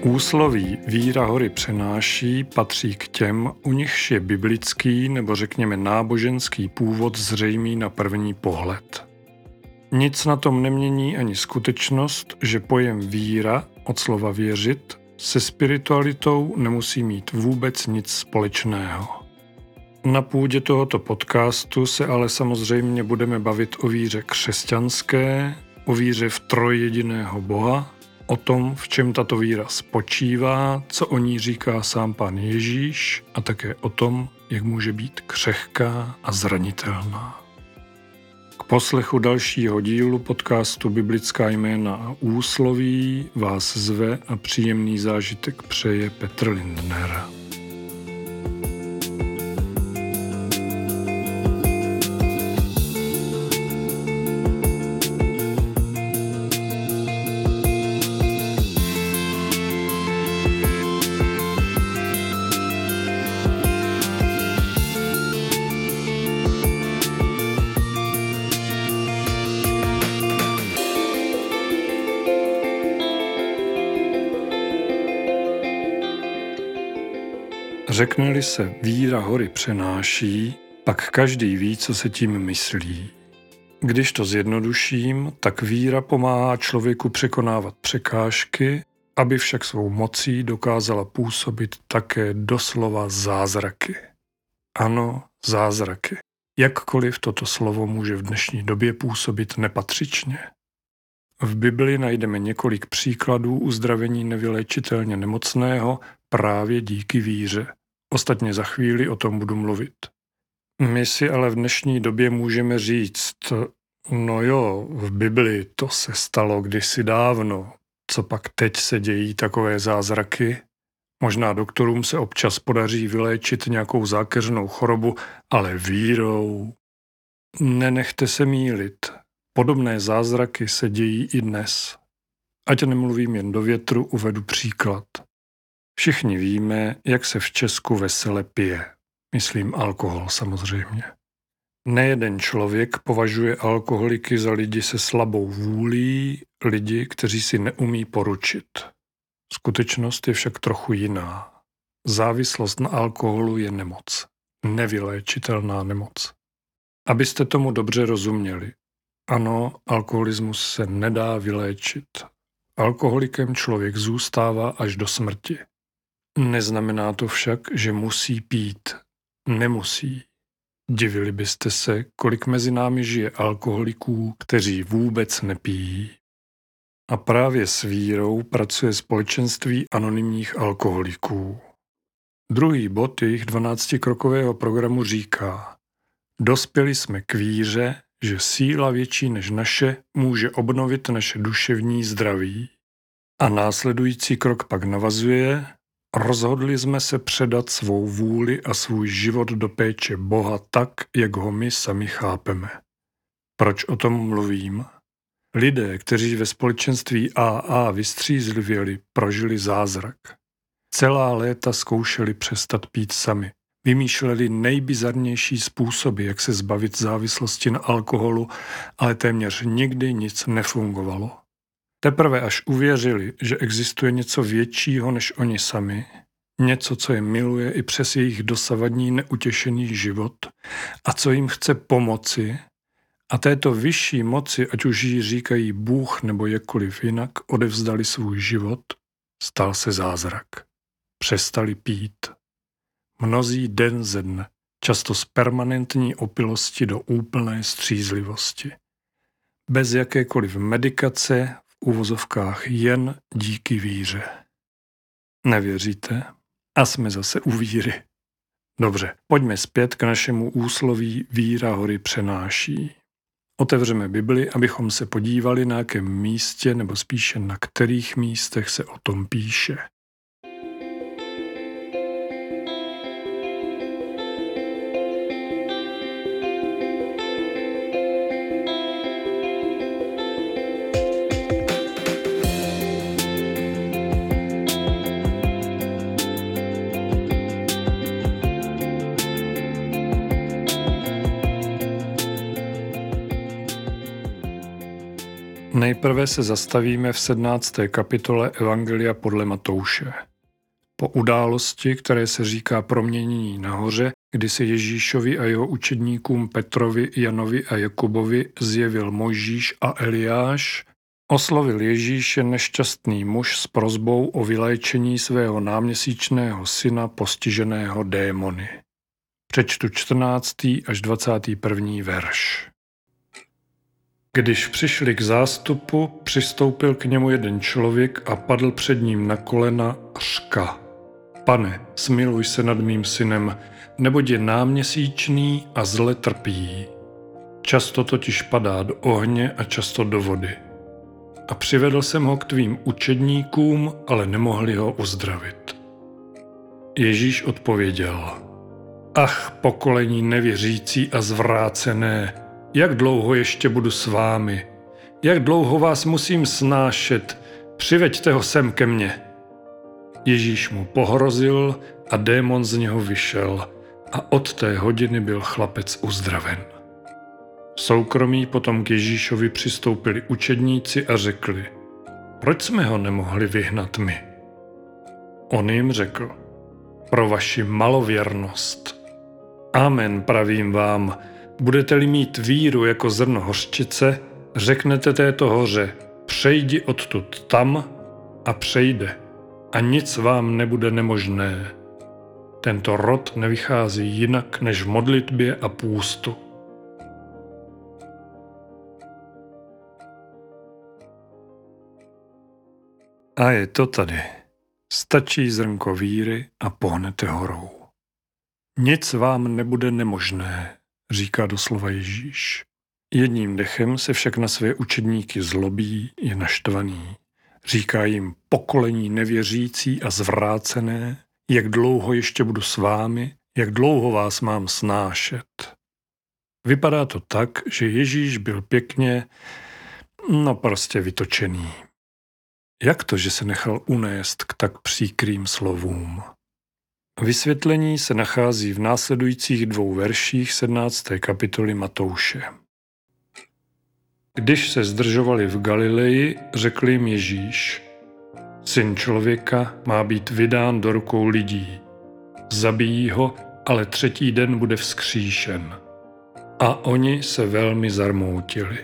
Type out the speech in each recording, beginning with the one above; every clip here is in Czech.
Úsloví víra hory přenáší patří k těm, u nichž je biblický nebo řekněme náboženský původ zřejmý na první pohled. Nic na tom nemění ani skutečnost, že pojem víra, od slova věřit, se spiritualitou nemusí mít vůbec nic společného. Na půdě tohoto podcastu se ale samozřejmě budeme bavit o víře křesťanské, o víře v trojjediného Boha, o tom, v čem tato víra spočívá, co o ní říká sám Pán Ježíš a také o tom, jak může být křehká a zranitelná. K poslechu dalšího dílu podcastu Biblická jména a úsloví vás zve a příjemný zážitek přeje Petr Lindner. Řekne-li se víra hory přenáší, pak každý ví, co se tím myslí. Když to zjednoduším, tak víra pomáhá člověku překonávat překážky, aby však svou mocí dokázala působit také doslova zázraky. Ano, zázraky. Jakkoliv toto slovo může v dnešní době působit nepatřičně. V Bibli najdeme několik příkladů uzdravení nevyléčitelně nemocného právě díky víře. Ostatně za chvíli o tom budu mluvit. My si ale v dnešní době můžeme říct, no jo, v Bibli to se stalo kdysi dávno, co pak teď se dějí takové zázraky? Možná doktorům se občas podaří vyléčit nějakou zákeřnou chorobu, ale vírou. Nenechte se mýlit. Podobné zázraky se dějí i dnes. Ať nemluvím jen do větru, uvedu příklad. Všichni víme, jak se v Česku vesele pije. Myslím alkohol samozřejmě. Nejeden člověk považuje alkoholiky za lidi se slabou vůlí, lidi, kteří si neumí poručit. Skutečnost je však trochu jiná. Závislost na alkoholu je nemoc. Nevyléčitelná nemoc. Abyste tomu dobře rozuměli. Ano, alkoholismus se nedá vyléčit. Alkoholikem člověk zůstává až do smrti. Neznamená to však, že musí pít. Nemusí. Divili byste se, kolik mezi námi žije alkoholiků, kteří vůbec nepijí. A právě s vírou pracuje společenství anonymních alkoholiků. Druhý bod jejich 12-krokového programu říká: dospěli jsme k víře, že síla větší než naše může obnovit naše duševní zdraví. A následující krok pak navazuje: rozhodli jsme se předat svou vůli a svůj život do péče Boha tak, jak ho my sami chápeme. Proč o tom mluvím? Lidé, kteří ve společenství AA vystřízlivěli, prožili zázrak. Celá léta zkoušeli přestat pít sami. Vymýšleli nejbizarnější způsoby, jak se zbavit závislosti na alkoholu, ale téměř nikdy nic nefungovalo. Teprve až uvěřili, že existuje něco většího než oni sami, něco, co je miluje i přes jejich dosavadní neutěšený život a co jim chce pomoci, a této vyšší moci, ať už jí říkají Bůh nebo jakkoliv jinak, odevzdali svůj život, stal se zázrak. Přestali pít. Mnozí den ze dne, často z permanentní opilosti do úplné střízlivosti. Bez jakékoliv medikace, v uvozovkách jen díky víře. Nevěříte? A jsme zase u víry. Dobře, pojďme zpět k našemu úsloví víra hory přenáší. Otevřeme Bibli, abychom se podívali, na jakém místě, nebo spíše na kterých místech se o tom píše. Nejprve se zastavíme v 17. kapitole Evangelia podle Matouše. Po události, které se říká proměnění nahoře, kdy se Ježíšovi a jeho učedníkům Petrovi, Janovi a Jakubovi zjevil Mojžíš a Eliáš, oslovil Ježíše nešťastný muž s prosbou o vyléčení svého náměsíčného syna postiženého démony. Přečtu 14. až 21. verš. Když přišli k zástupu, přistoupil k němu jeden člověk a padl před ním na kolena řka: Pane, smiluj se nad mým synem, neboť je náměsíčný a zle trpí. Často totiž padá do ohně a často do vody. A přivedl jsem ho k tvým učedníkům, ale nemohli ho uzdravit. Ježíš odpověděl: Ach, pokolení nevěřící a zvrácené, jak dlouho ještě budu s vámi? Jak dlouho vás musím snášet? Přiveďte ho sem ke mně. Ježíš mu pohrozil a démon z něho vyšel a od té hodiny byl chlapec uzdraven. V soukromí potom k Ježíšovi přistoupili učedníci a řekli: Proč jsme ho nemohli vyhnat my? On jim řekl: Pro vaši malověrnost. Amen, pravím vám, budete-li mít víru jako zrno hořčice, řeknete této hoře: Přejdi odtud tam a přejde. A nic vám nebude nemožné. Tento rod nevychází jinak než v modlitbě a půstu. A je to tady. Stačí zrnko víry a pohnete horou. Nic vám nebude nemožné, říká doslova Ježíš. Jedním dechem se však na své učedníky zlobí, je naštvaný. Říká jim: Pokolení nevěřící a zvrácené, jak dlouho ještě budu s vámi, jak dlouho vás mám snášet. Vypadá to tak, že Ježíš byl pěkně, prostě vytočený. Jak to, že se nechal unést k tak příkrým slovům? Vysvětlení se nachází v následujících 2 verších 17. kapitoly Matouše. Když se zdržovali v Galileji, řekl jim Ježíš: Syn člověka má být vydán do rukou lidí. Zabijí ho, ale 3. den bude vzkříšen. A oni se velmi zarmoutili.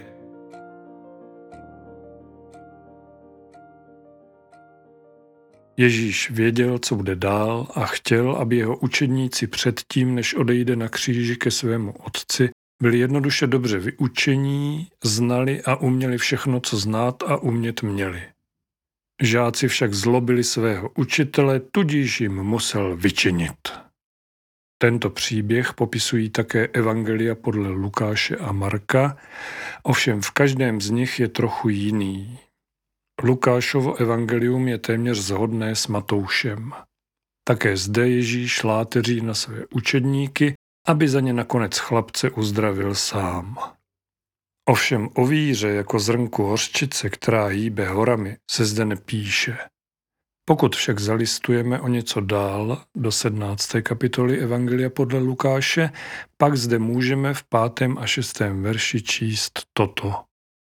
Ježíš věděl, co bude dál, a chtěl, aby jeho učedníci předtím, než odejde na kříži ke svému otci, byli jednoduše dobře vyučení, znali a uměli všechno, co znát a umět měli. Žáci však zlobili svého učitele, tudíž jim musel vyčinit. Tento příběh popisují také evangelia podle Lukáše a Marka, ovšem v každém z nich je trochu jiný. Lukášovo evangelium je téměř shodné s Matoušem. Také zde Ježíš láteří na své učedníky, aby za ně nakonec chlapce uzdravil sám. Ovšem o víře jako zrnku hořčice, která hýbe horami, se zde nepíše. Pokud však zalistujeme o něco dál do 17. kapitoly Evangelia podle Lukáše, pak zde můžeme v 5. a 6. verši číst toto.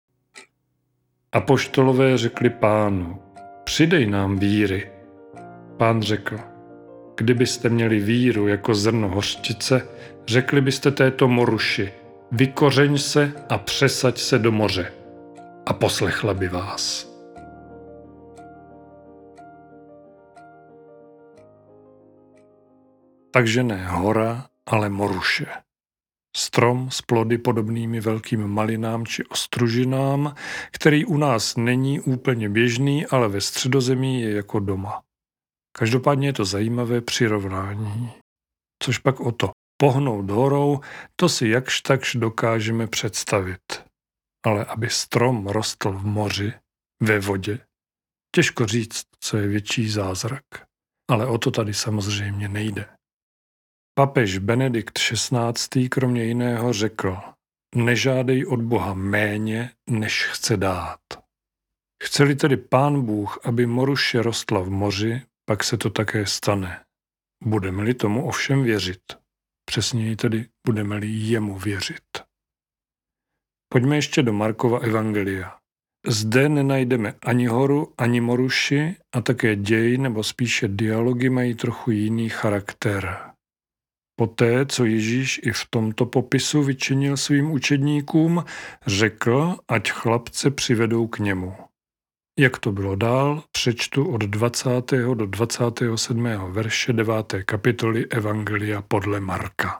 Apoštolové řekli Pánu: Přidej nám víry. Pán řekl: Kdybyste měli víru jako zrno hořčice, řekli byste této moruši: Vykořeň se a přesaď se do moře. A poslechla by vás. Takže ne hora, ale moruše. Strom s plody podobnými velkým malinám či ostružinám, který u nás není úplně běžný, ale ve Středozemí je jako doma. Každopádně je to zajímavé přirovnání. Což pak o to pohnout horou, to si jakž takž dokážeme představit. Ale aby strom rostl v moři, ve vodě, těžko říct, co je větší zázrak. Ale o to tady samozřejmě nejde. Papež Benedikt XVI. Kromě jiného řekl: Nežádej od Boha méně, než chce dát. Chce-li tedy Pán Bůh, aby moruše rostla v moři, pak se to také stane. Budeme-li tomu ovšem věřit. Přesněji tedy budeme-li jemu věřit. Pojďme ještě do Markova evangelia. Zde nenajdeme ani horu, ani moruši a také děj nebo spíše dialogy mají trochu jiný charakter. Poté, co Ježíš i v tomto popisu vyčinil svým učedníkům, řekl, ať chlapce přivedou k němu. Jak to bylo dál, přečtu od 20. do 27. verše 9. kapitoly Evangelia podle Marka.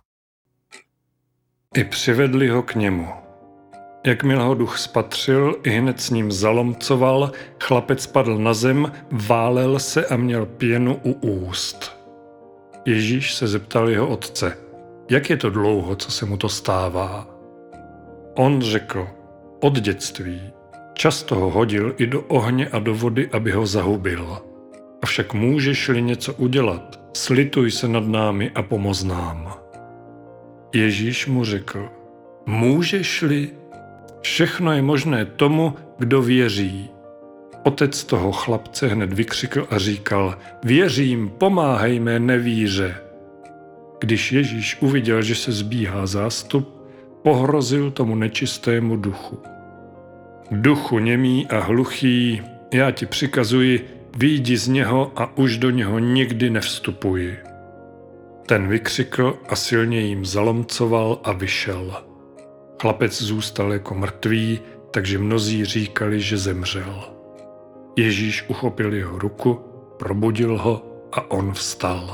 I přivedli ho k němu. Jakmile ho duch spatřil, ihned s ním zalomcoval, chlapec padl na zem, válel se a měl pěnu u úst. Ježíš se zeptal jeho otce, jak je to dlouho, co se mu to stává. On řekl, od dětství. Často ho hodil i do ohně a do vody, aby ho zahubil. Avšak můžeš-li něco udělat, slituj se nad námi a pomoz nám. Ježíš mu řekl, můžeš-li? Všechno je možné tomu, kdo věří. Otec toho chlapce hned vykřikl a říkal, věřím, pomáhej mé nevíře. Když Ježíš uviděl, že se sbíhá zástup, pohrozil tomu nečistému duchu. Duchu němý a hluchý, já ti přikazuji, vyjdi z něho a už do něho nikdy nevstupuj. Ten vykřikl a silně jim zalomcoval a vyšel. Chlapec zůstal jako mrtvý, takže mnozí říkali, že zemřel. Ježíš uchopil jeho ruku, probudil ho a on vstal.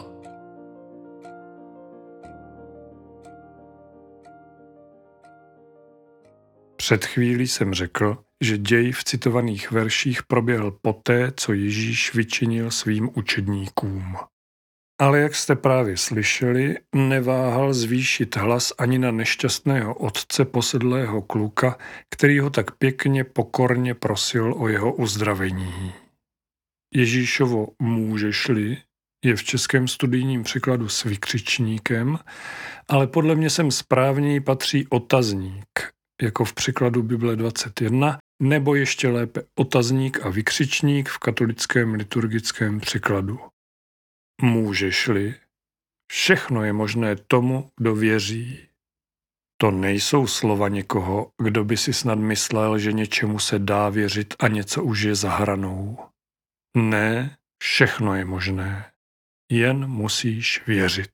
Před chvílí jsem řekl, že děj v citovaných verších proběhl poté, co Ježíš vyčinil svým učedníkům. Ale jak jste právě slyšeli, neváhal zvýšit hlas ani na nešťastného otce posedlého kluka, který ho tak pěkně pokorně prosil o jeho uzdravení. Ježíšovo můžeš-li je v českém studijním překladu s vykřičníkem, ale podle mě sem správněji patří otazník, jako v překladu Bible 21, nebo ještě lépe otazník a vykřičník v katolickém liturgickém překladu. Můžeš-li? Všechno je možné tomu, kdo věří. To nejsou slova někoho, kdo by si snad myslel, že něčemu se dá věřit a něco už je za hranou. Ne, všechno je možné. Jen musíš věřit.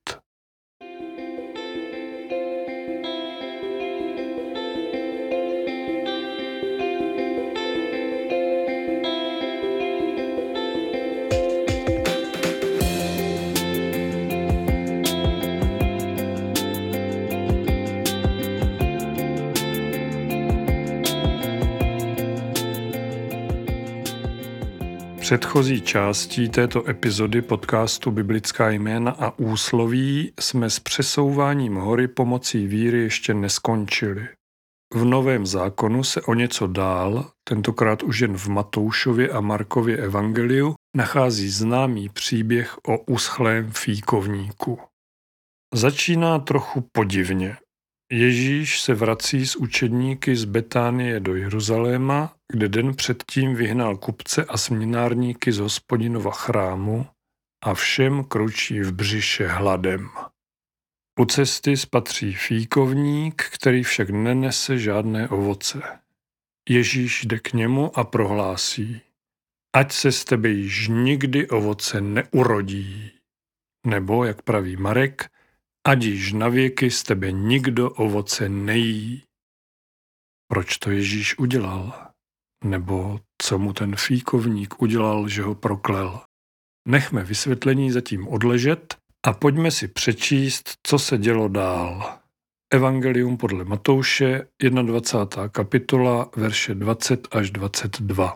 Předchozí částí této epizody podcastu Biblická jména a úsloví jsme s přesouváním hory pomocí víry ještě neskončili. V Novém zákonu se o něco dál, tentokrát už jen v Matoušově a Markově evangeliu, nachází známý příběh o uschlém fíkovníku. Začíná trochu podivně. Ježíš se vrací s učedníky z Betánie do Jeruzaléma, kde den předtím vyhnal kupce a směnárníky z Hospodinova chrámu a všem kručí v břiše hladem. U cesty spatří fíkovník, který však nenese žádné ovoce. Ježíš jde k němu a prohlásí, ať se z tebe již nikdy ovoce neurodí. Nebo, jak praví Marek, ať již navěky z tebe nikdo ovoce nejí. Proč to Ježíš udělal? Nebo co mu ten fíkovník udělal, že ho proklel? Nechme vysvětlení zatím odležet a pojďme si přečíst, co se dělo dál. Evangelium podle Matouše, 21. kapitola, verše 20 až 22.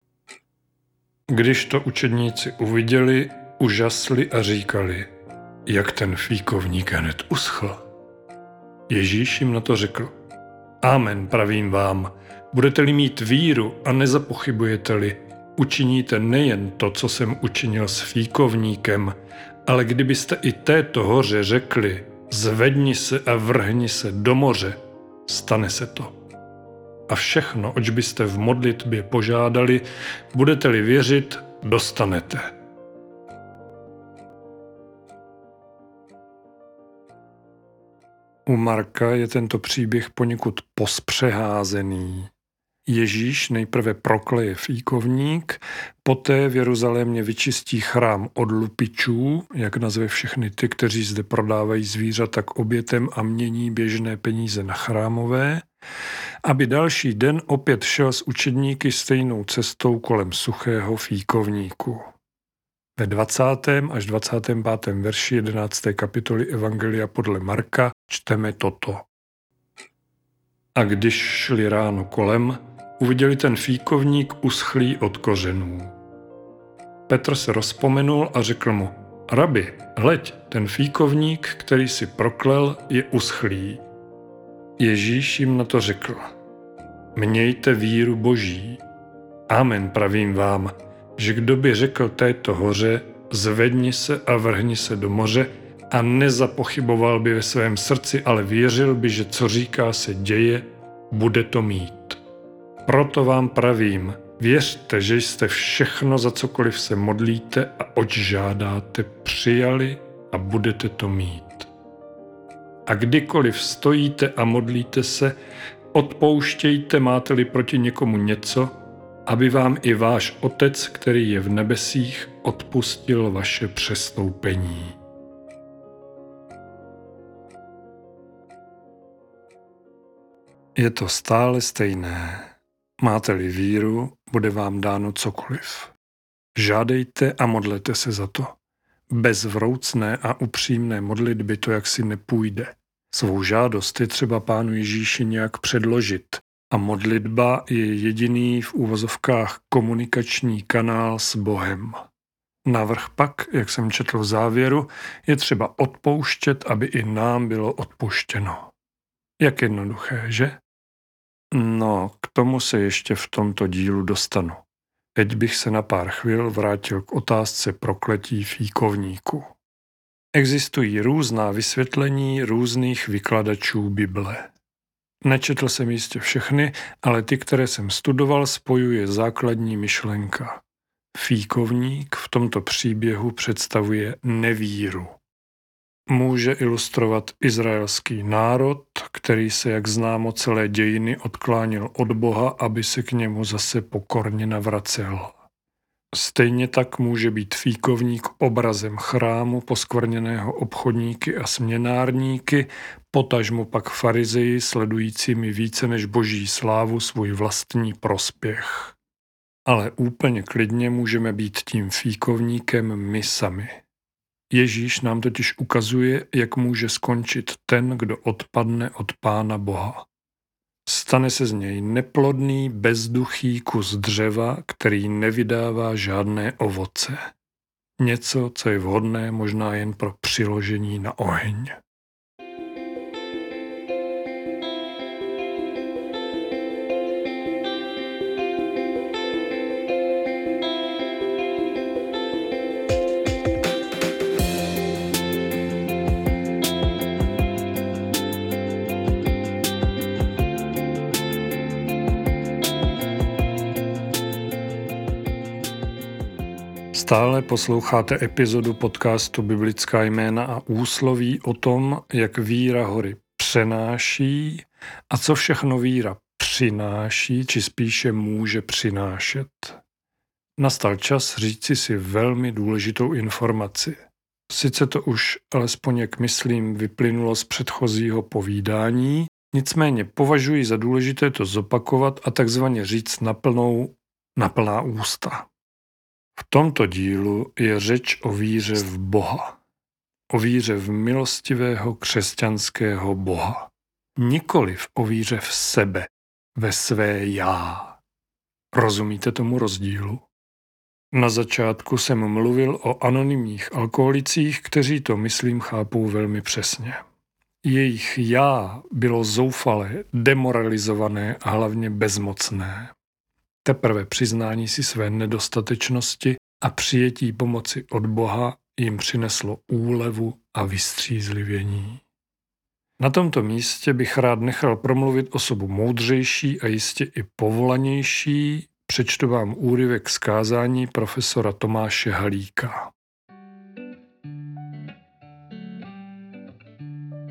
Když to učedníci uviděli, užasli a říkali, jak ten fíkovník hned uschl. Ježíš jim na to řekl, amen, pravím vám, budete-li mít víru a nezapochybujete-li, učiníte nejen to, co jsem učinil s fíkovníkem, ale kdybyste i této hoře řekli, zvedni se a vrhni se do moře, stane se to. A všechno, oč byste v modlitbě požádali, budete-li věřit, dostanete. U Marka je tento příběh poněkud pospřeházený. Ježíš nejprve prokleje fíkovník, poté v Jeruzalémě vyčistí chrám od lupičů, jak nazve všechny ty, kteří zde prodávají zvířata k obětem a mění běžné peníze na chrámové, aby další den opět šel s učedníky stejnou cestou kolem suchého fíkovníku. Ve 20. až 25. verši 11. kapitoly Evangelia podle Marka čteme toto. A když šli ráno kolem, uviděli ten fíkovník uschlý od kořenů. Petr se rozpomenul a řekl mu, Rabi, hleď, ten fíkovník, který si proklel, je uschlý. Ježíš jim na to řekl, mějte víru Boží. Amen, pravím vám, že kdo by řekl této hoře, zvedni se a vrhni se do moře a nezapochyboval by ve svém srdci, ale věřil by, že co říká se děje, bude to mít. Proto vám pravím, věřte, že jste všechno, za cokoliv se modlíte a oč žádáte, přijali a budete to mít. A kdykoliv stojíte a modlíte se, odpouštějte, máte-li proti někomu něco, aby vám i váš Otec, který je v nebesích, odpustil vaše přestoupení. Je to stále stejné. Máte-li víru, bude vám dáno cokoliv. Žádejte a modlete se za to. Bez vroucné a upřímné modlitby to jaksi nepůjde. Svou žádost je třeba Pánu Ježíši nějak předložit a modlitba je jediný v úvozovkách komunikační kanál s Bohem. Navrch pak, jak jsem četl v závěru, je třeba odpouštět, aby i nám bylo odpuštěno. Jak jednoduché, že? No, k tomu se ještě v tomto dílu dostanu. Teď bych se na pár chvil vrátil k otázce prokletí fíkovníku. Existují různá vysvětlení různých vykladačů Bible. Nečetl jsem jistě všechny, ale ty, které jsem studoval, spojuje základní myšlenka. Fíkovník v tomto příběhu představuje nevíru. Může ilustrovat izraelský národ, který se, jak známo, celé dějiny odkláněl od Boha, aby se k němu zase pokorně navracel. Stejně tak může být fíkovník obrazem chrámu poskvrněného obchodníky a směnárníky, potažmo pak farizeji sledujícími více než boží slávu svůj vlastní prospěch. Ale úplně klidně můžeme být tím fíkovníkem my sami. Ježíš nám totiž ukazuje, jak může skončit ten, kdo odpadne od Pána Boha. Stane se z něj neplodný, bezduchý kus dřeva, který nevydává žádné ovoce. Něco, co je vhodné možná jen pro přiložení na oheň. Stále posloucháte epizodu podcastu Biblická jména a úsloví o tom, jak víra hory přenáší a co všechno víra přináší, či spíše může přinášet. Nastal čas říci si velmi důležitou informaci. Sice to už alespoň, jak myslím, vyplynulo z předchozího povídání, nicméně považuji za důležité to zopakovat a takzvaně říct na plná ústa. V tomto dílu je řeč o víře v Boha. O víře v milostivého křesťanského Boha. Nikoliv o víře v sebe, ve své já. Rozumíte tomu rozdílu? Na začátku jsem mluvil o anonymních alkoholicích, kteří to, myslím, chápou velmi přesně. Jejich já bylo zoufalé, demoralizované a hlavně bezmocné. Teprve přiznání si své nedostatečnosti a přijetí pomoci od Boha jim přineslo úlevu a vystřízlivění. Na tomto místě bych rád nechal promluvit osobu moudřejší a jistě i povolanější. Přečtu vám úryvek z kázání profesora Tomáše Halíka.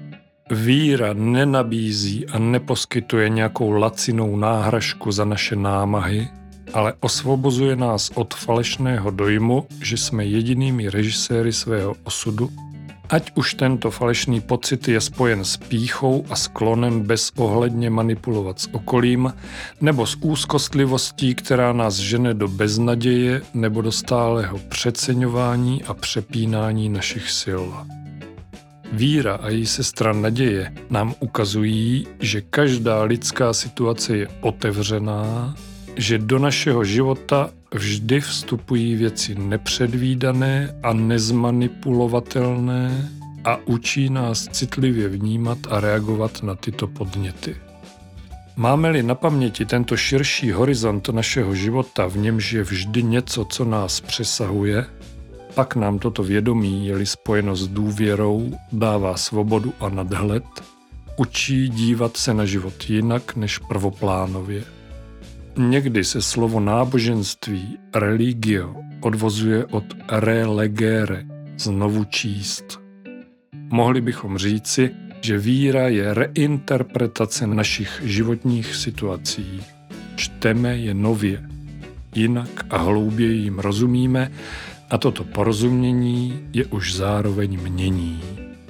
Víra nenabízí a neposkytuje nějakou lacinou náhražku za naše námahy, ale osvobozuje nás od falešného dojmu, že jsme jedinými režiséry svého osudu, ať už tento falešný pocit je spojen s pýchou a sklonem bezohledně manipulovat s okolím, nebo s úzkostlivostí, která nás žene do beznaděje nebo do stálého přeceňování a přepínání našich sil. Víra a její sestra naděje nám ukazují, že každá lidská situace je otevřená, že do našeho života vždy vstupují věci nepředvídané a nezmanipulovatelné a učí nás citlivě vnímat a reagovat na tyto podněty. Máme-li na paměti tento širší horizont našeho života, v němž je vždy něco, co nás přesahuje, pak nám toto vědomí, je-li spojeno s důvěrou, dává svobodu a nadhled, učí dívat se na život jinak než prvoplánově. Někdy se slovo náboženství, religio, odvozuje od relegere, znovu číst. Mohli bychom říci, že víra je reinterpretace našich životních situací. Čteme je nově, jinak a hlouběji jim rozumíme, a toto porozumění je už zároveň mění.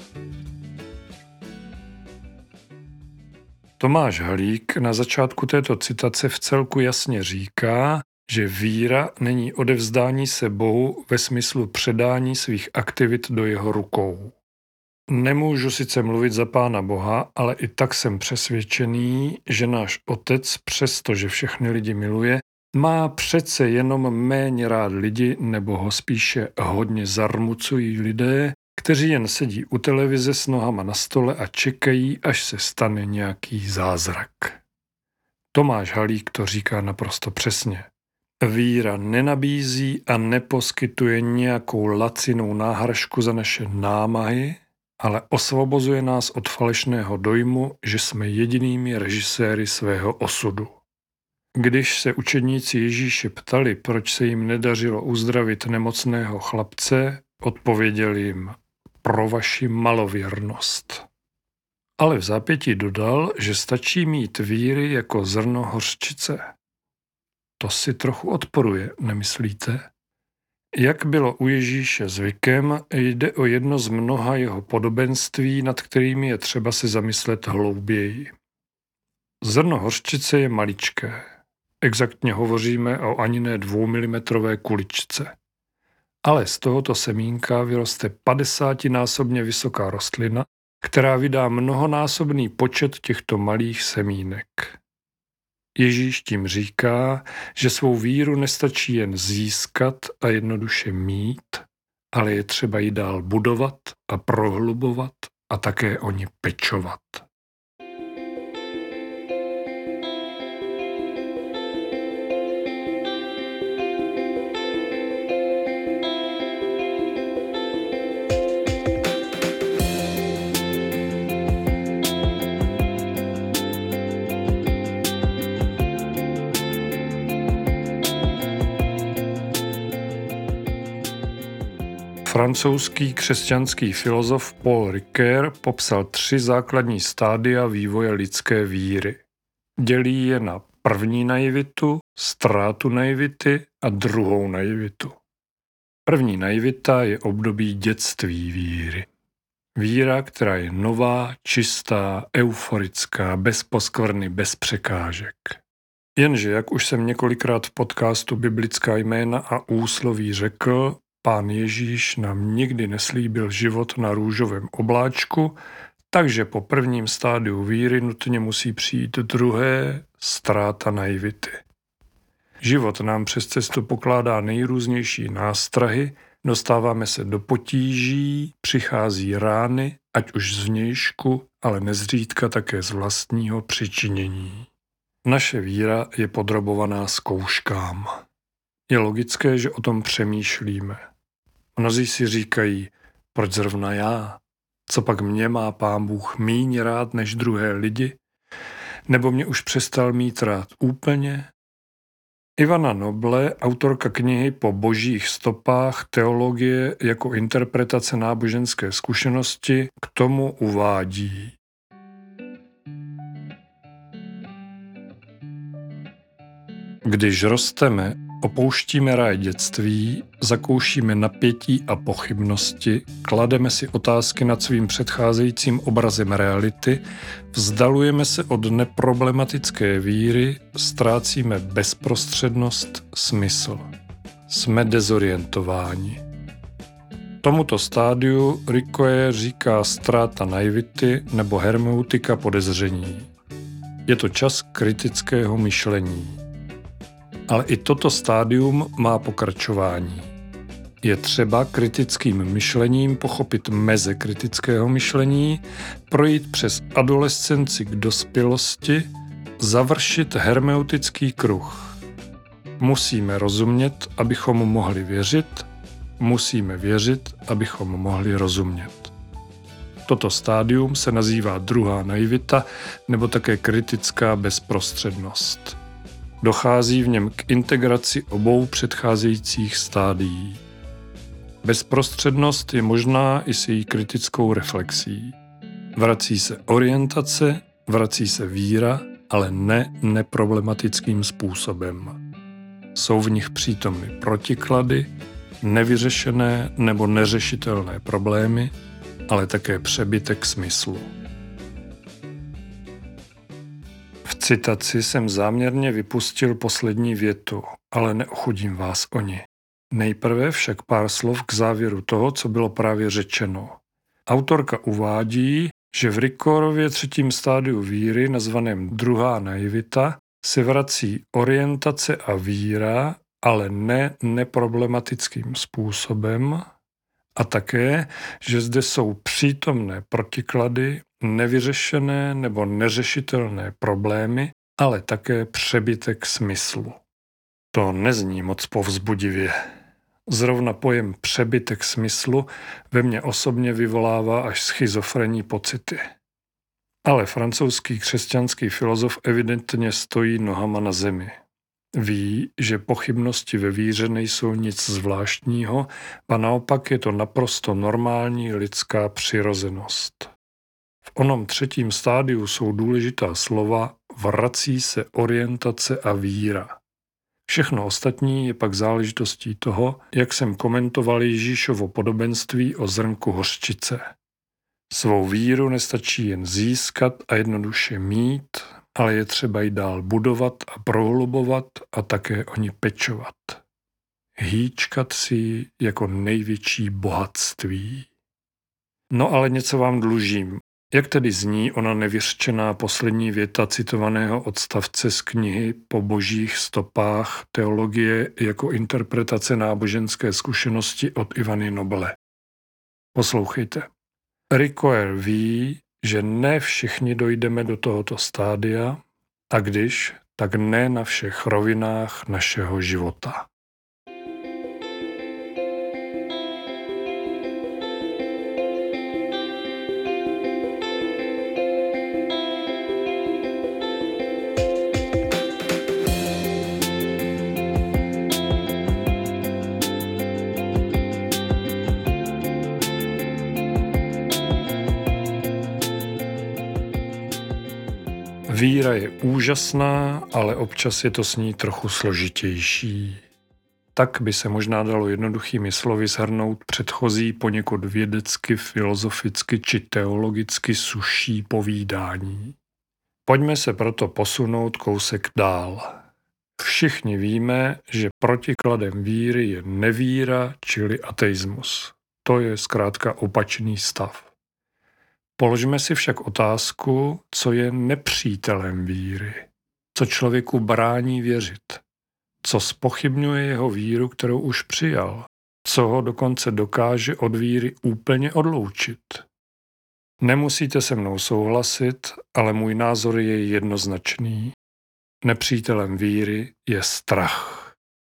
Tomáš Halík na začátku této citace vcelku jasně říká, že víra není odevzdání se Bohu ve smyslu předání svých aktivit do jeho rukou. Nemůžu sice mluvit za Pána Boha, ale i tak jsem přesvědčený, že náš Otec, přestože všechny lidi miluje, má přece jenom méně rád lidi, nebo ho spíše hodně zarmucují lidé, kteří jen sedí u televize s nohama na stole a čekají, až se stane nějaký zázrak. Tomáš Halík to říká naprosto přesně. Víra nenabízí a neposkytuje nějakou lacinou náhražku za naše námahy, ale osvobozuje nás od falešného dojmu, že jsme jedinými režiséry svého osudu. Když se učedníci Ježíše ptali, proč se jim nedařilo uzdravit nemocného chlapce, odpověděl jim: pro vaši malověrnost. Ale v zápětí dodal, že stačí mít víry jako zrno hořčice. To si trochu odporuje, nemyslíte? Jak bylo u Ježíše zvykem, jde o jedno z mnoha jeho podobenství, nad kterými je třeba se zamyslet hlouběji. Zrno hořčice je maličké. Exaktně hovoříme o ani ne 2mm kuličce. Ale z tohoto semínka vyroste 50násobně vysoká rostlina, která vydá mnohonásobný počet těchto malých semínek. Ježíš tím říká, že svou víru nestačí jen získat a jednoduše mít, ale je třeba ji dál budovat a prohlubovat a také o ni pečovat. Francouzský křesťanský filozof Paul Ricoeur popsal 3 základní stádia vývoje lidské víry. Dělí je na první naivitu, ztrátu naivity a druhou naivitu. První naivita je období dětství víry. Víra, která je nová, čistá, euforická, bez poskvrny, bez překážek. Jenže, jak už jsem několikrát v podcastu Biblická jména a úsloví řekl, Pán Ježíš nám nikdy neslíbil život na růžovém obláčku, takže po prvním stádiu víry nutně musí přijít druhé, ztráta naivity. Život nám přes cestu pokládá nejrůznější nástrahy, dostáváme se do potíží, přichází rány, ať už zvnějšku, ale nezřídka také z vlastního přičinění. Naše víra je podrobovaná zkouškám. Je logické, že o tom přemýšlíme. Mnozí si říkají, proč zrovna já? Co pak mě má Pán Bůh míň rád než druhé lidi? Nebo mě už přestal mít rád úplně? Ivana Noble, autorka knihy Po božích stopách teologie jako interpretace náboženské zkušenosti, k tomu uvádí. Když rosteme, opouštíme ráj dětství, zakoušíme napětí a pochybnosti, klademe si otázky nad svým předcházejícím obrazem reality, vzdalujeme se od neproblematické víry, ztrácíme bezprostřednost, smysl. Jsme dezorientováni. Tomuto stádiu Ricoeur říká ztráta naivity nebo hermeneutika podezření. Je to čas kritického myšlení. Ale i toto stádium má pokračování. Je třeba kritickým myšlením pochopit meze kritického myšlení, projít přes adolescenci k dospělosti, završit hermeneutický kruh. Musíme rozumět, abychom mohli věřit, musíme věřit, abychom mohli rozumět. Toto stádium se nazývá druhá naivita nebo také kritická bezprostřednost. Dochází v něm k integraci obou předcházejících stádií. Bezprostřednost je možná i s její kritickou reflexí. Vrací se orientace, vrací se víra, ale ne neproblematickým způsobem. Jsou v nich přítomny protiklady, nevyřešené nebo neřešitelné problémy, ale také přebytek smyslu. V citaci jsem záměrně vypustil poslední větu, ale neochudím vás o ni. Nejprve však pár slov k závěru toho, co bylo právě řečeno. Autorka uvádí, že v Ricourově třetím stádiu víry, nazvaném druhá naivita, se vrací orientace a víra, ale ne neproblematickým způsobem, a také, že zde jsou přítomné protiklady, nevyřešené nebo neřešitelné problémy, ale také přebytek smyslu. To nezní moc povzbudivě. Zrovna pojem přebytek smyslu ve mně osobně vyvolává až schizofrenní pocity. Ale francouzský křesťanský filozof evidentně stojí nohama na zemi. Ví, že pochybnosti ve víře nejsou nic zvláštního, a naopak je to naprosto normální lidská přirozenost. V onom třetím stádiu jsou důležitá slova vrací se orientace a víra. Všechno ostatní je pak záležitostí toho, jak jsem komentoval Ježíšovo podobenství o zrnku hořčice. Svou víru nestačí jen získat a jednoduše mít, ale je třeba ji dál budovat a prohlubovat a také o ní pečovat. Hýčkat si ji jako největší bohatství. No ale něco vám dlužím. Jak tedy zní ona nevyřčená poslední věta citovaného odstavce z knihy Po božích stopách teologie jako interpretace náboženské zkušenosti od Ivany Nobele? Poslouchejte. Ricoeur ví, že ne všichni dojdeme do tohoto stádia, a když, tak ne na všech rovinách našeho života. Víra je úžasná, ale občas je to s ní trochu složitější. Tak by se možná dalo jednoduchými slovy shrnout předchozí poněkud vědecky, filozoficky či teologicky suší povídání. Pojďme se proto posunout kousek dál. Všichni víme, že protikladem víry je nevíra, čili ateismus. To je zkrátka opačný stav. Položme si však otázku, co je nepřítelem víry, co člověku brání věřit, co zpochybňuje jeho víru, kterou už přijal, co ho dokonce dokáže od víry úplně odloučit. Nemusíte se mnou souhlasit, ale můj názor je jednoznačný. Nepřítelem víry je strach.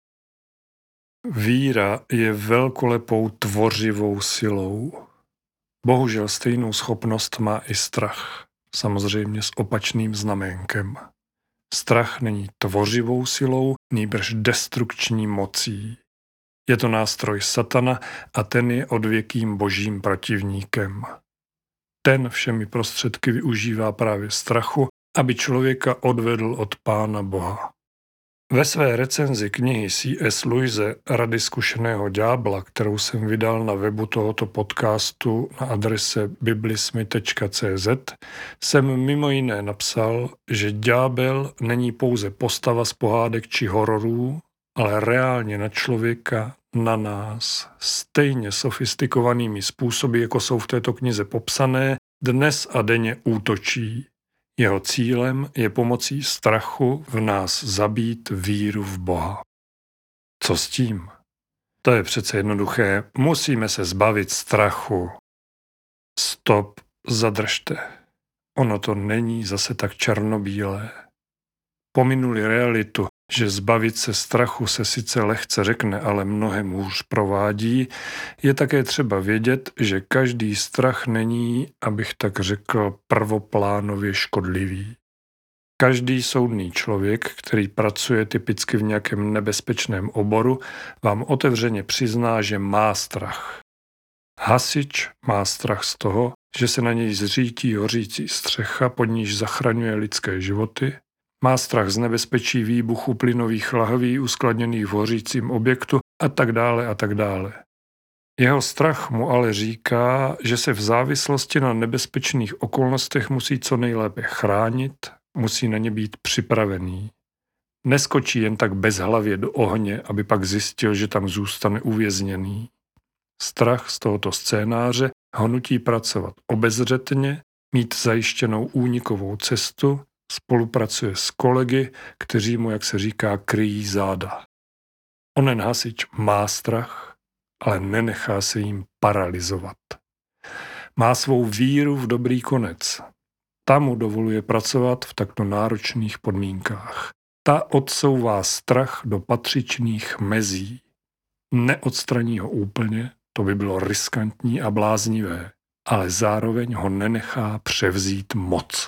Víra je velkolepou tvořivou silou. Bohužel stejnou schopnost má i strach, samozřejmě s opačným znaménkem. Strach není tvořivou silou, nýbrž destrukční mocí. Je to nástroj satana a ten je odvěkým božím protivníkem. Ten všemi prostředky využívá právě strachu, aby člověka odvedl od Pána Boha. Ve své recenzi knihy C.S. Lewise Rady zkušeného ďábla, kterou jsem vydal na webu tohoto podcastu na adrese biblismy.cz, jsem mimo jiné napsal, že ďábel není pouze postava z pohádek či hororů, ale reálně na člověka, na nás, stejně sofistikovanými způsoby, jako jsou v této knize popsané, dnes a denně útočí. Jeho cílem je pomocí strachu v nás zabít víru v Boha. Co s tím? To je přece jednoduché. Musíme se zbavit strachu. Stop, zadržte. Ono to není zase tak černobílé. Pominuli realitu, že zbavit se strachu se sice lehce řekne, ale mnohem hůř provádí, je také třeba vědět, že každý strach není, abych tak řekl, prvoplánově škodlivý. Každý soudný člověk, který pracuje typicky v nějakém nebezpečném oboru, vám otevřeně přizná, že má strach. Hasič má strach z toho, že se na něj zřítí hořící střecha, pod níž zachraňuje lidské životy, má strach z nebezpečí výbuchu plynových lahví uskladněných v hořícím objektu a tak dále a tak dále. Jeho strach mu ale říká, že se v závislosti na nebezpečných okolnostech musí co nejlépe chránit, musí na ně být připravený. Neskočí jen tak bezhlavě do ohně, aby pak zjistil, že tam zůstane uvězněný. Strach z tohoto scénáře ho nutí pracovat obezřetně, mít zajištěnou únikovou cestu, spolupracuje s kolegy, kteří mu, jak se říká, kryjí záda. Onen hasič má strach, ale nenechá se jim paralyzovat. Má svou víru v dobrý konec. Ta mu dovoluje pracovat v takto náročných podmínkách. Ta odsouvá strach do patřičných mezí. Neodstraní ho úplně, to by bylo riskantní a bláznivé, ale zároveň ho nenechá převzít moc.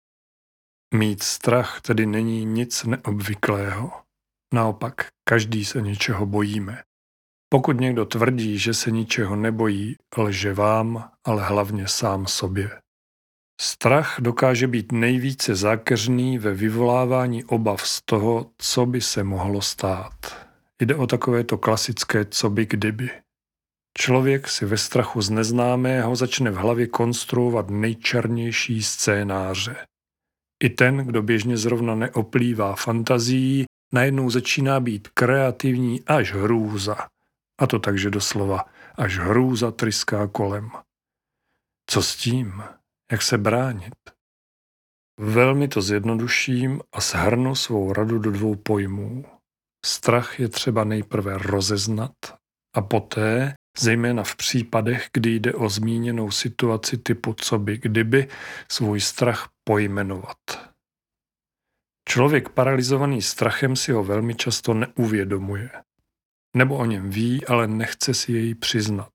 Mít strach tedy není nic neobvyklého. Naopak, každý se něčeho bojíme. Pokud někdo tvrdí, že se ničeho nebojí, lže vám, ale hlavně sám sobě. Strach dokáže být nejvíce zákeřný ve vyvolávání obav z toho, co by se mohlo stát. Jde o takovéto klasické co by kdyby. Člověk si ve strachu z neznámého začne v hlavě konstruovat nejčernější scénáře. I ten, kdo běžně zrovna neoplývá fantazií, najednou začíná být kreativní až hrůza. A to takže doslova, až hrůza tryská kolem. Co s tím? Jak se bránit? Velmi to zjednoduším a shrnu svou radu do 2 pojmů. Strach je třeba nejprve rozeznat a poté, zejména v případech, kdy jde o zmíněnou situaci typu co by kdyby, svůj strach pojmenovat. Člověk paralyzovaný strachem si ho velmi často neuvědomuje. Nebo o něm ví, ale nechce si jej přiznat.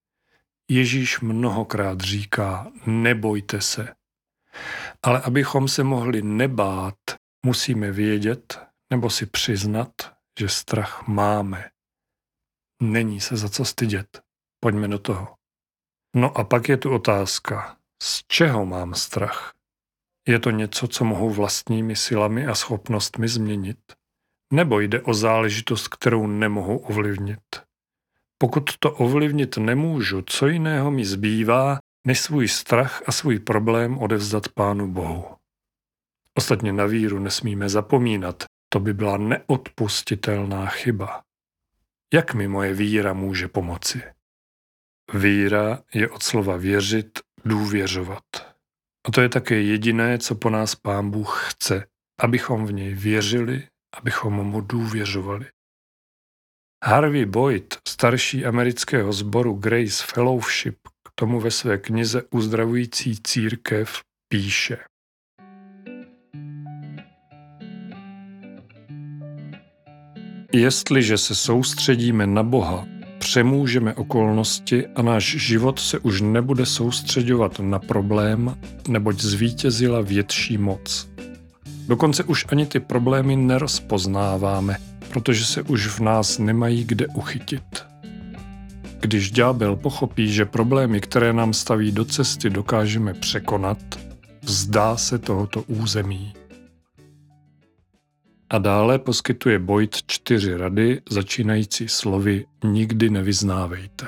Ježíš mnohokrát říká, nebojte se. Ale abychom se mohli nebát, musíme vědět nebo si přiznat, že strach máme. Není se za co stydět. Pojďme do toho. No a pak je tu otázka, z čeho mám strach? Je to něco, co mohu vlastními silami a schopnostmi změnit? Nebo jde o záležitost, kterou nemohu ovlivnit? Pokud to ovlivnit nemůžu, co jiného mi zbývá, než svůj strach a svůj problém odevzdat Pánu Bohu. Ostatně na víru nesmíme zapomínat, to by byla neodpustitelná chyba. Jak mi moje víra může pomoci? Víra je od slova věřit, důvěřovat. A to je také jediné, co po nás Pán Bůh chce, abychom v něj věřili, abychom mu důvěřovali. Harvey Boyd, starší amerického sboru Grace Fellowship, k tomu ve své knize Uzdravující církev píše: Jestliže se soustředíme na Boha, přemůžeme okolnosti a náš život se už nebude soustředovat na problém, neboť zvítězila větší moc. Dokonce už ani ty problémy nerozpoznáváme, protože se už v nás nemají kde uchytit. Když ďábel pochopí, že problémy, které nám staví do cesty, dokážeme překonat, vzdá se tohoto území. A dále poskytuje Boyd 4 rady, začínající slovy nikdy nevyznávejte.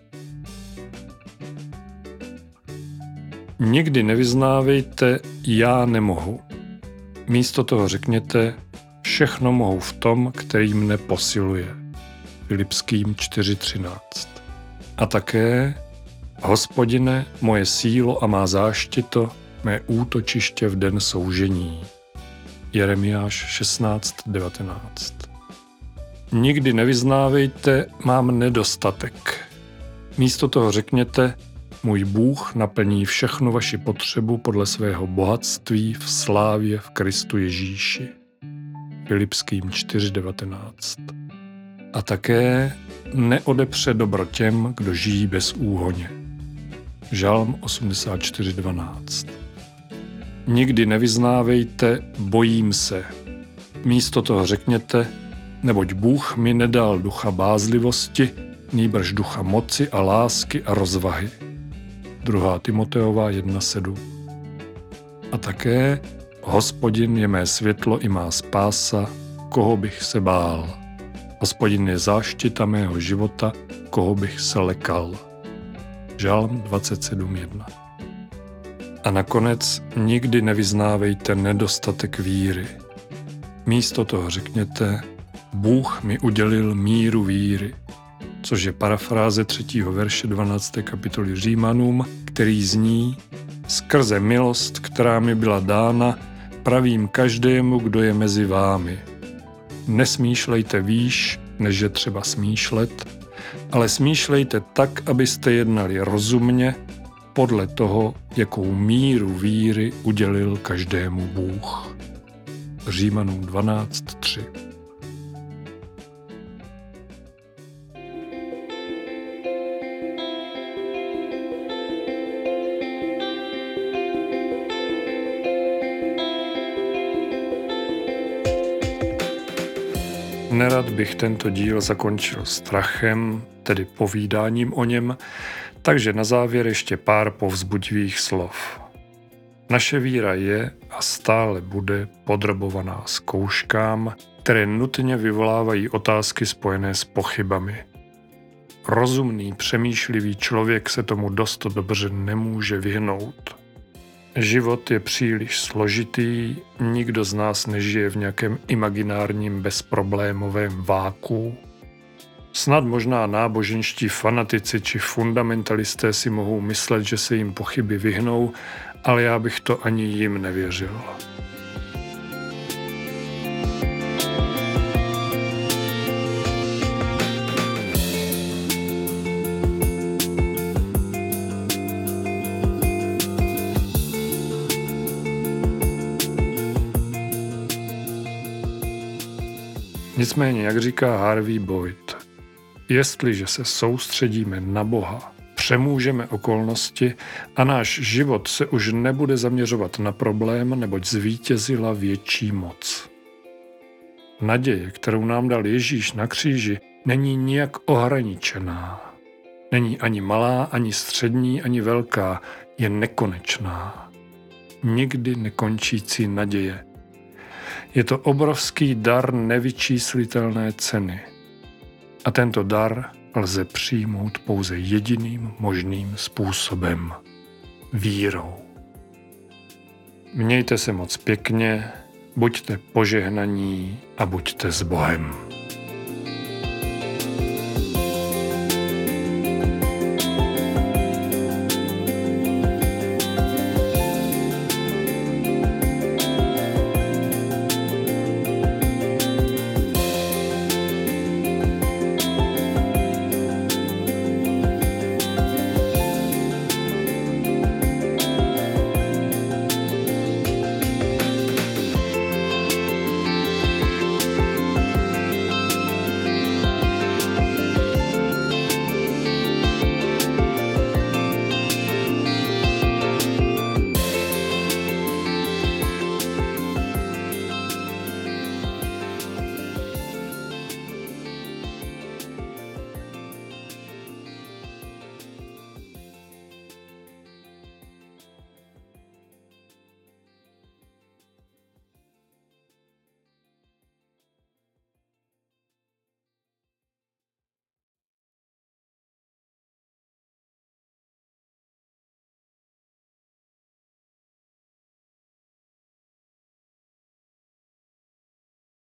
Nikdy nevyznávejte já nemohu. Místo toho řekněte všechno mohu v tom, který mne posiluje. Filipským 4.13. A také Hospodine, moje sílo a má záštito, mé útočiště v den soužení. Jeremiáš 16.19. Nikdy nevyznávejte, mám nedostatek. Místo toho řekněte, můj Bůh naplní všechnu vaši potřebu podle svého bohatství v slávě v Kristu Ježíši. Filipským 4.19. A také neodepře dobro těm, kdo žijí bez úhoně. Žalm 84.12. Nikdy nevyznávejte, bojím se. Místo toho řekněte, neboť Bůh mi nedal ducha bázlivosti, nýbrž ducha moci a lásky a rozvahy. 2. Timoteova 1.7. A také Hospodin je mé světlo i má spása, koho bych se bál. Hospodin je záštita mého života, koho bych se lekal. Žalm 27.1. A nakonec nikdy nevyznávejte nedostatek víry. Místo toho řekněte, Bůh mi udělil míru víry, což je parafráze 3. verše 12. kapitoly Římanům, který zní, skrze milost, která mi byla dána, pravím každému, kdo je mezi vámi. Nesmýšlejte výš, než je třeba smýšlet, ale smýšlejte tak, abyste jednali rozumně, podle toho, jakou míru víry udělil každému Bůh. Římanům 12.3. Nerad bych tento díl zakončil strachem, tedy povídáním o něm, takže na závěr ještě pár povzbudivých slov. Naše víra je a stále bude podrobovaná zkouškám, které nutně vyvolávají otázky spojené s pochybami. Rozumný, přemýšlivý člověk se tomu dost dobře nemůže vyhnout. Život je příliš složitý, nikdo z nás nežije v nějakém imaginárním bezproblémovém váku. Snad možná náboženští fanatici či fundamentalisté si mohou myslet, že se jim pochyby vyhnou, ale já bych to ani jim nevěřil. Nicméně, jak říká Harvey Boyd, jestliže se soustředíme na Boha, přemůžeme okolnosti a náš život se už nebude zaměřovat na problém, neboť zvítězila větší moc. Naděje, kterou nám dal Ježíš na kříži, není nijak ohraničená. Není ani malá, ani střední, ani velká, je nekonečná. Nikdy nekončící naděje. Je to obrovský dar nevyčíslitelné ceny. A tento dar lze přijmout pouze jediným možným způsobem. Vírou. Mějte se moc pěkně, buďte požehnaní a buďte s Bohem.